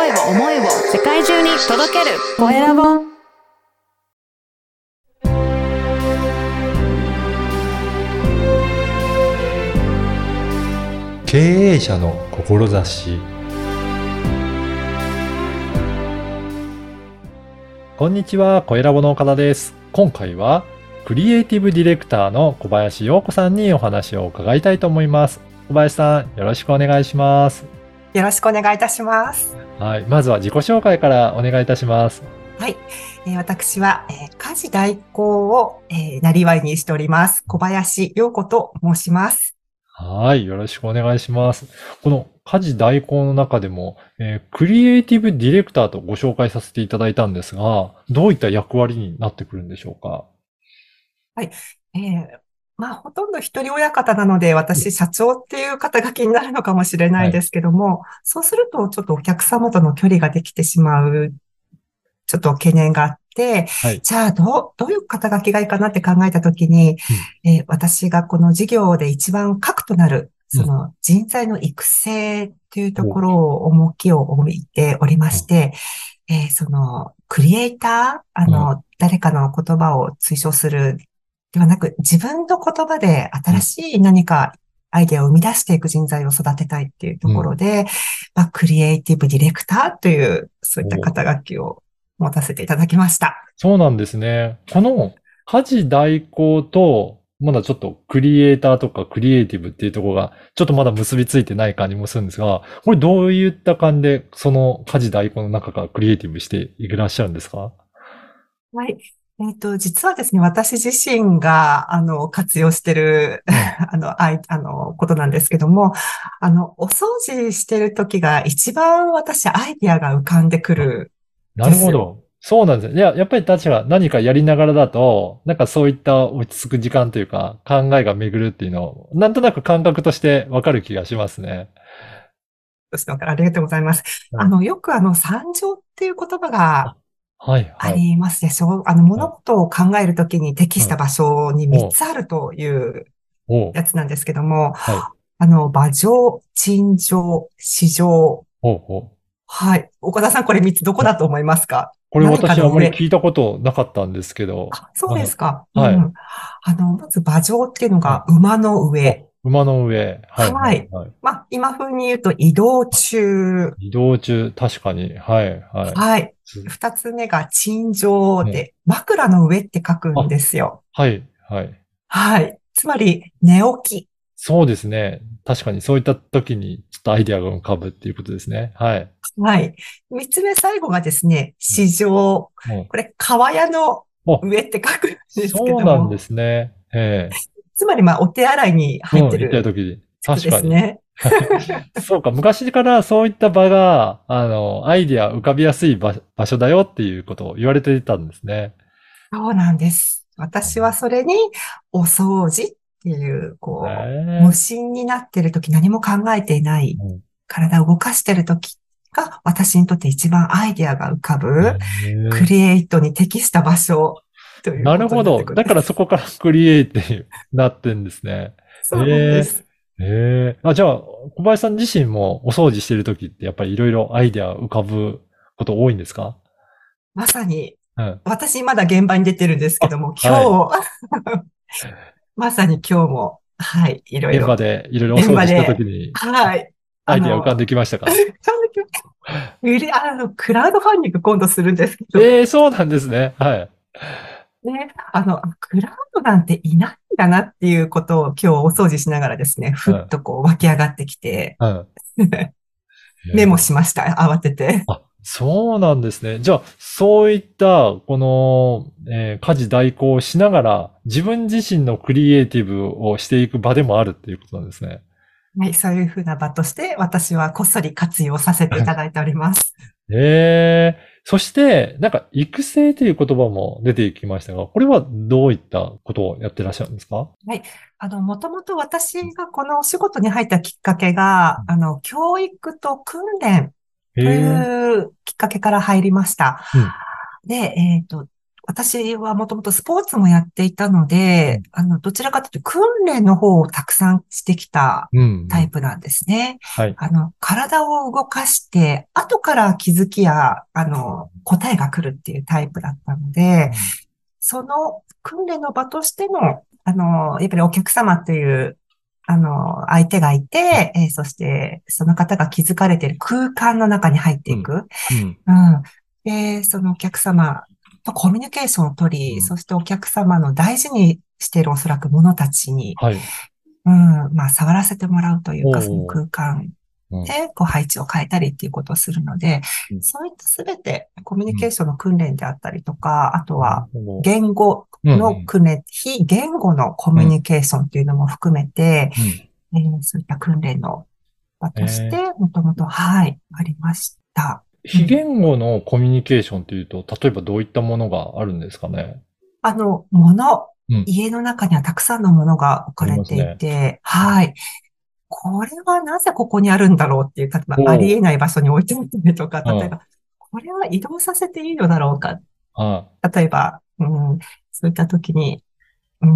声を世界中に届けるコエラボ。 経営者の志。こんにちは、コエラボの岡田です。今回はクリエイティブディレクターの小林陽子さんにお話を伺いたいと思います。小林さん、よろしくお願いします。 よろしくお願いいたします。 はい、まずは自己紹介からお願いいたします。 はい、私は、家事代行を、なりわいにしております小林陽子と申します。 はい、よろしくお願いします。この家事代行の中でも、クリエイティブディレクターとご紹介させていただいたんですが、どういった役割になってくるんでしょうか？ はい、ほとんど一人親方なので、私、社長っていう肩書きになるのかもしれないんですけども、そうするとちょっとお客様との距離ができてしまう、ちょっと懸念があって、 はい。 じゃあどういう肩書きがいいかなって考えたときに、私がこの事業で一番核となる、その人材の育成というところを重きを置いておりまして、そのクリエイター、誰かの言葉を推奨するではなく、自分の言葉で新しい何かアイデアを生み出していく人材を育てたいっていうところで、クリエイティブディレクターという、そういった肩書きを持たせていただきました。 そうなんですね。この家事代行と、まだちょっとクリエイターとかクリエイティブっていうところが、ちょっとまだ結びついてない感じもするんですが、これどういった感じで、その家事代行の中からクリエイティブしていらっしゃるんですか？ はい。実はですね、私自身が、活用してる、ことなんですけども、お掃除してる時が一番私アイディアが浮かんでくるなですよ。 るほど。そうなんですね。やっぱり確か何かやりながらだと、なんかそういった落ち着く時間というか、考えが巡るっていうのを、なんとなく感覚としてわかる気がしますね。 ありがとうございます。 はい。 よく参上っていう言葉があ、はいはい。 ありますでしょう。物はい。 事を考えるときに適しはい。 た場所に3 おう、 つあるというおう、 やつなんですけども、 はい。 馬上、陳上、市場。 おう、おう。 はい。岡田さん、これ3つどこだと思いますか？ これ何か私あまりの上。 聞いたことなかったんですけど。 あ、そうではい。 すか。うはい。 ん。まず馬上っていうのはい。 が馬の上。 お、馬の上。はい、はい、 はい。 はい。 今風に言うと移動中。 移動中、確かに。はい、はい。 はい。 つ 2つ目が陳上うん。 で、枕の上って書くんあ、 ですよ。 はい、はい。 はい。つまり、寝起き。 そうですね。確かにそういった時にちょっとアイデアが浮かぶっていうことですね。はい。 はい。三つ目、最後がですね、 うん。 市場。 うん。 これ、川屋のあ、 上って書くんですけそうなんでども、 すね。ええ。 つまり、お手洗いにうん、行った入ってる時に。 靴確かに。 ですね。 はい。そうか、昔からそういった場が、アイデア浮かびやすい場所だよっていうことを言われていたんですね。 そうなんです。私はそれに、お掃除っていう、無ええ。 心になってる時何も考えていない、 うん。 体を動かしてる時が、私にとって一番アイデアが浮かぶ、クええ。 リエイトに適した場所というなことになってるほど。だくるんです。 からそこからクリエイティブなってんですね。 そうなんでえす。 え、ええ。あ、じゃあ、小林さん自身もお掃除してるときってやっぱりいろいろアイデア浮かぶこと多いんですか？ まさに、 うん。 私まだ現場に出てるんですけども、 はい。 今日、まさに今日も、はい、いろい現場ろ、 でいろいろお現掃除したと場で、 きにはい、 アイデア浮かんできましたか？ クラウドファンディング今度するんですけど、 ええ、そうなんですね。はい。 ね、クラウドなんていないんだなっていうことを今日お掃除しながらですね、ふっうん。 と湧き上がってきて、 うん。 メモええ。 しました、慌てて。 あ、そうなんですね。じゃあ、そういった、この、家事代行をしながら、自分自身のクリエイティブをしていく場でもあるっていうことなんですね。 はい、そういうふうな場として私はこっそり活用させていただいております。 ええ。そして、なんか、育成という言葉も出てきましたが、これはどういったことをやってらっしゃるんですか？ はい。もともと私がこのお仕事に入ったきっかけが、教育と訓練とへえ。 いうきっかけから入りました。 うん。 で、 私はもともとスポーツもやっていたので、どちらかというと訓練の方をたくさんしてきたうん。うん。 タイプなんですね。 はい。 体を動かして、後から気づきや、答えが来るっていうタイプだったので、 うん。 その訓練の場としての、やっぱりお客様という、相手がいて、そして、その方が気づかれている空間の中に入ってうん。 いく。 うん。 うん。で、そのお客様とコミュニケーションを取り、 うん。 そしてお客様の大事にしているおそらくものたちに、 はい。 まあ、触らせてもらうというか、そのおー。 空間うん。 で、こう、配置を変えたりっていうことをするので、 うん。 そういったすべてコミュうん。 ニケーションの訓練であったりとか、あとなるは、 ほど。 言語うん。 の訓練、非言語のコうん。うん。 ミュニケーションっていうのも含めて、 うん。 そういった訓練の場として、 えもともと、はい、ありました。 非言語のコミュニケーションっていうと、例えばどういったものがあるんですかね。 物、 うん。 家の中にはたくさんのものが置あかれていりますね。 て、 うん。 はい。これはなぜここにあるんだろうっていう、例えばありおー。 えない場所に置いてみたりとか、 うん。 例えば、これは移動させていいのだろうか。 は例えば、そういった時に、うん、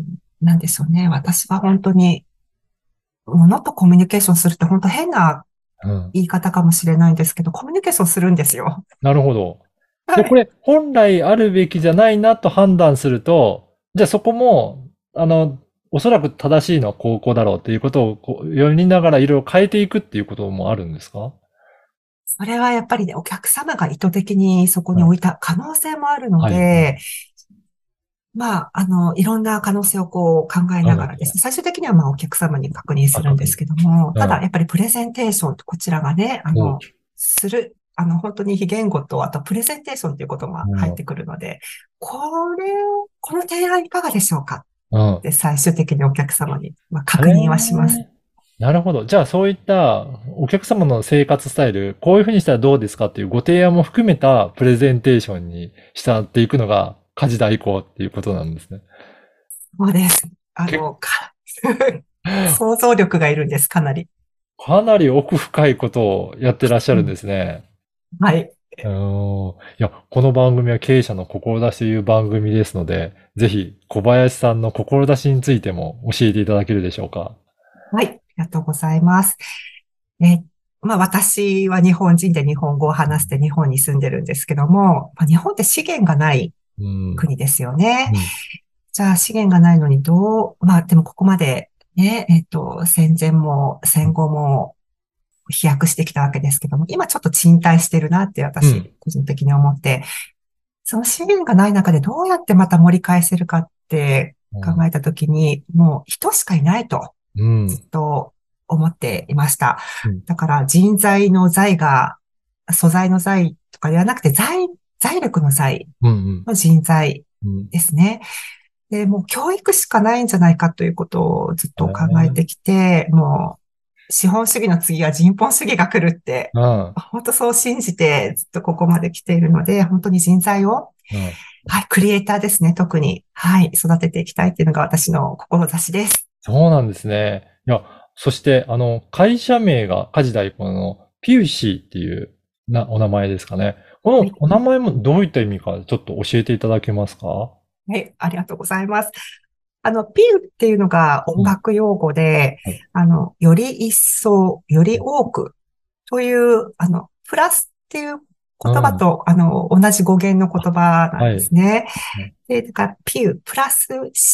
なんでしょうね。私は本当に、物とコミュニケーションするって本当変ない。うん。 言い方かもしれないんですけど、コミュニケーションするんですよ。 なるほど。で、こはい。 れ、本来あるべきじゃないなと判断すると、じゃあそこも、おそらく正しいのはここだろうっていうことを読みながらいろいろ変えていくっていうこともあるんですか？ それはやっぱりね、お客様が意図的にそこにはい。 置いた可能性もあるのはい。 で、まあ、いろんな可能性をこう考えながらですね、最終的にはまあお客様に確認すあ、確認。 るんですけども、ただうん。 やっぱりプレゼンテーション、こちらがね、 おう。 する、本当に非言語と、あとプレゼンテーションということが入ってくるので、これ、この提案いかがでしょうかうん。 で最終的にお客様に、まあ、 え確認はします。 え、なるほど。じゃあそういったお客様の生活スタイル、こういうふうにしたらどうですかっていうご提案も含めたプレゼンテーションに従っていくのが家事代行っていうことなんですね。 そうです。 け、 想像力がいるんです、かなり。 かなり奥深いことをやってらっしゃるんでうん。 すね。 はい。 うーん。いや、この番組は経営者の志という番組ですので、ぜひ小林さんの志についても教えていただけるでしょうか。 はい。ありがとうございます。え、まあ私は日本人で日本語を話して日本に住んでるんですけども、まあ、日本って資源がないうん。 国ですよね。 うん。 じゃあ資源がないのにまあでもここまでね、戦前もうん。 戦後も飛躍してきたわけですけども、今ちょっと沈滞してるなって私、 うん。 個人的に思って、その資源がない中でどうやってまた盛り返せるかって考えたときに、もう人しかいないと。 うん。 ずっと思っていました。 うん。 だから人材の財が、素材の財とかではなくて財力の財うん。 の人材うん。 ですね。で、もう教育しかないんじゃないかということをずっと考えてええ、 きて、もう資本主義の次は人本主義が来るって、 うん。 本当そう信じてずっとここまで来ているので、本当に人材を、 うん。 はい、クリエイターですね、特に、はい、育てていきたいっていうのが私の志です。 そうなんですね。いや、そして、会社名が家事代行のピューシーっていうお名前ですかね。こはい、 のお名前もどういった意味かちょっと教えていただけますか？ はい、ありがとうございます。ピューっていうのが音うん。 楽用語で、 はい。 より一層、より多くという、プラスっていううん。 言葉と、同じ語源の言葉なんはい。 ですね。 うん。 で、だからピュー、プラス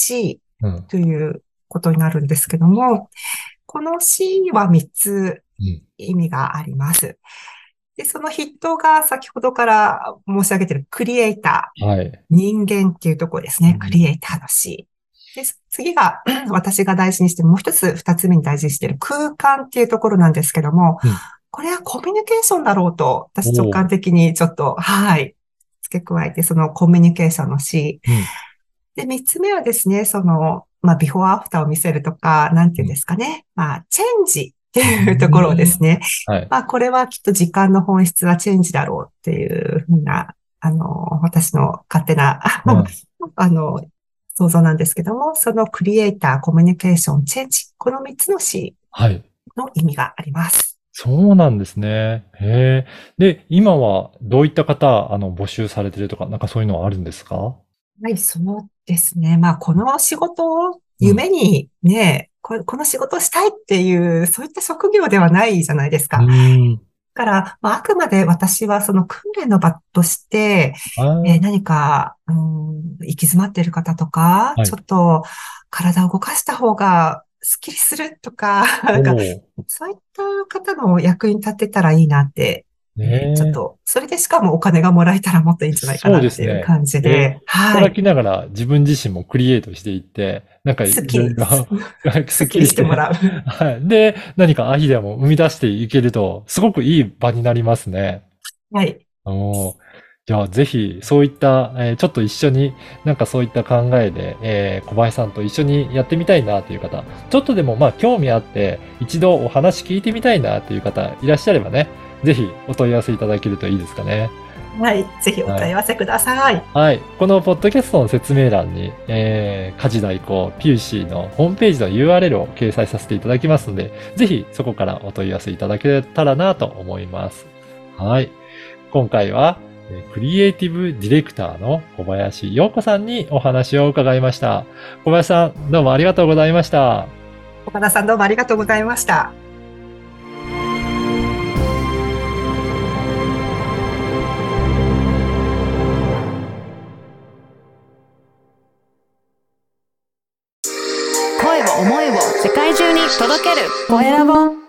C うん。 ということになるんですけども、この C は3つうん。 意味があります。で、その筆頭が先ほどから申し上げているクリエイター、 はい。 人間っていうところですね。クうん。 リエイターの C。で、次が私が大事にしてる、もう一つ、二つ目に大事にしている空間っていうところなんですけども、 うん。 これはコミュニケーションだろうと、 お私直感お。 的にちょっと、はい、付け加えて、そのコミュニケーションの C。 うん。 で、三つ目はですね、まあ、ビフォーアフターを見せるとか、なんていうんでうん。 すかね。まあ、チェンジってういうところをでーん。 すね。 はい。 まあ、これはきっと時間の本質はチェンジだろうっていうふうな、私の勝手なうん。 あの、想像なんですけども、そのクリエイター、コミュニケーション、チェンジ、この三つの C はい。 の意味があります。 そうなんですね。へえ。で、今はどういった方、募集されてるとか、なんかそういうのはあるんですか？ はい、そうですね。まあ、この仕事をうん。 夢にね、この仕事をしたいっていう、そういった職業ではないじゃないですうか。 ーん。 だから、まあ、あくまで私はその訓練の場として、 ああ、 何か、行き詰まっている方とか、 はい。 ちょっと体を動かした方がスッキリするとか、なおんか、 お。 そういった方の役に立てたらいいなって、ちょっねえ。 と、それでしかもお金がもらえたらもっといいんじゃないかそうなっていうですね。 感じで、はい。 働きながら自分自身もクリエイトしていって、なんかいスッキリ、 ろいろススッキリッキリして、 してもらう。 はい。で、何かアイデアも生み出していけると、すごくいい場になりますね。 はい。 おー。じゃあ、ぜひ、そういった、ちょっと一緒に、なんかそういった考えで、小林さんと一緒にやってみたいなという方、ちょっとでもまあ興味あって、一度お話聞いてみたいなという方いらっしゃればね、ぜひお問い合わせいただけるといいですかね。 はい。ぜひおはい。 問い合わせください。 はい。このポッドキャストの説明欄に、家事代行ピューシーのホームページの URL を掲載させていただきますので、ぜひそこからお問い合わせいただけたらなと思います。はい。今回は、クリエイティブディレクターの小林陽子さんにお話を伺いました。小林さん、どうもありがとうございました。 岡田さんどうもありがとうございました。 声を思いを世界中に届けるコエラボ。